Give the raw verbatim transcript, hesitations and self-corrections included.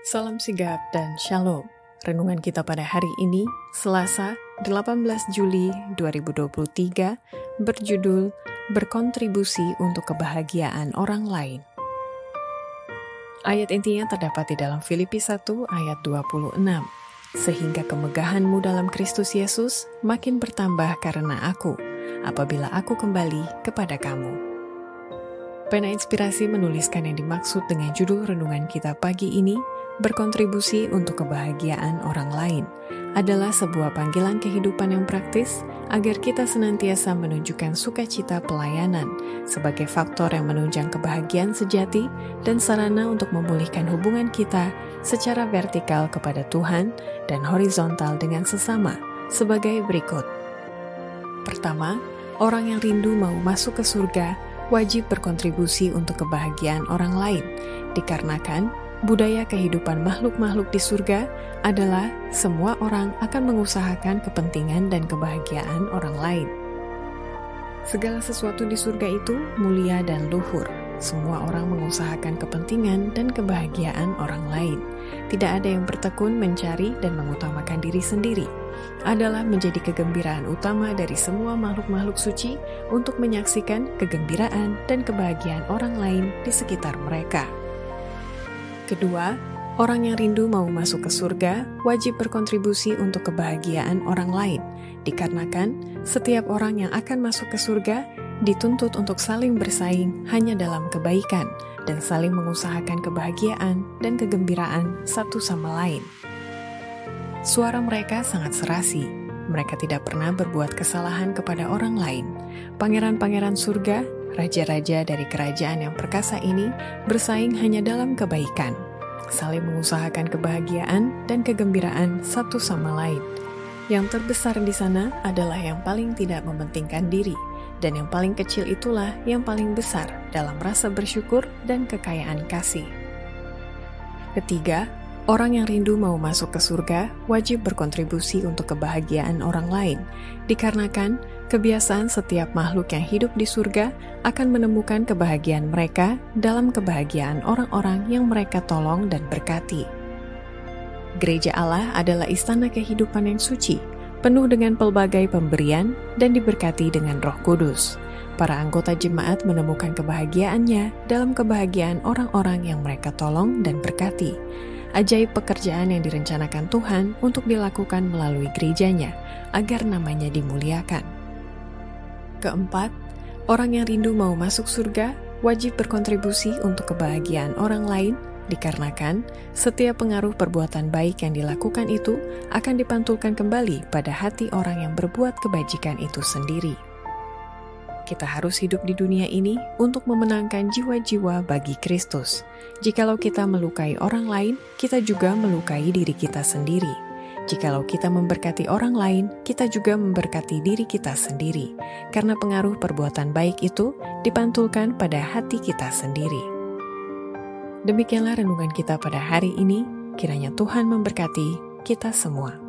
Salam sigap dan shalom. Renungan kita pada hari ini, Selasa, delapan belas Juli dua ribu dua puluh tiga, berjudul Berkontribusi untuk Kebahagiaan Orang Lain. Ayat intinya terdapat di dalam Filipi satu ayat dua puluh enam. Sehingga kemegahanmu dalam Kristus Yesus makin bertambah karena aku, apabila aku kembali kepada kamu. Pena Inspirasi menuliskan yang dimaksud dengan judul renungan kita pagi ini, berkontribusi untuk kebahagiaan orang lain, adalah sebuah panggilan kehidupan yang praktis agar kita senantiasa menunjukkan sukacita pelayanan sebagai faktor yang menunjang kebahagiaan sejati dan sarana untuk memulihkan hubungan kita secara vertikal kepada Tuhan dan horizontal dengan sesama sebagai berikut. Pertama, orang yang rindu mau masuk ke surga wajib berkontribusi untuk kebahagiaan orang lain, dikarenakan budaya kehidupan makhluk-makhluk di surga adalah semua orang akan mengusahakan kepentingan dan kebahagiaan orang lain. Segala sesuatu di surga itu mulia dan luhur. Semua orang mengusahakan kepentingan dan kebahagiaan orang lain. Tidak ada yang bertekun mencari dan mengutamakan diri sendiri. Adalah menjadi kegembiraan utama dari semua makhluk-makhluk suci untuk menyaksikan kegembiraan dan kebahagiaan orang lain di sekitar mereka. Kedua, orang yang rindu mau masuk ke surga wajib berkontribusi untuk kebahagiaan orang lain, dikarenakan setiap orang yang akan masuk ke surga dituntut untuk saling bersaing hanya dalam kebaikan dan saling mengusahakan kebahagiaan dan kegembiraan satu sama lain. Suara mereka sangat serasi. Mereka tidak pernah berbuat kesalahan kepada orang lain. Pangeran-pangeran surga, raja-raja dari kerajaan yang perkasa ini bersaing hanya dalam kebaikan, saling mengusahakan kebahagiaan dan kegembiraan satu sama lain. Yang terbesar di sana adalah yang paling tidak mementingkan diri, dan yang paling kecil itulah yang paling besar dalam rasa bersyukur dan kekayaan kasih. Ketiga, orang yang rindu mau masuk ke surga wajib berkontribusi untuk kebahagiaan orang lain, dikarenakan kebiasaan setiap makhluk yang hidup di surga akan menemukan kebahagiaan mereka dalam kebahagiaan orang-orang yang mereka tolong dan berkati. Gereja Allah adalah istana kehidupan yang suci, penuh dengan pelbagai pemberian dan diberkati dengan Roh Kudus. Para anggota jemaat menemukan kebahagiaannya dalam kebahagiaan orang-orang yang mereka tolong dan berkati. Ajaib pekerjaan yang direncanakan Tuhan untuk dilakukan melalui gerejanya, agar namanya dimuliakan. Keempat, orang yang rindu mau masuk surga wajib berkontribusi untuk kebahagiaan orang lain, dikarenakan setiap pengaruh perbuatan baik yang dilakukan itu akan dipantulkan kembali pada hati orang yang berbuat kebajikan itu sendiri. Kita harus hidup di dunia ini untuk memenangkan jiwa-jiwa bagi Kristus. Jikalau kita melukai orang lain, kita juga melukai diri kita sendiri. Jikalau kita memberkati orang lain, kita juga memberkati diri kita sendiri. Karena pengaruh perbuatan baik itu dipantulkan pada hati kita sendiri. Demikianlah renungan kita pada hari ini. Kiranya Tuhan memberkati kita semua.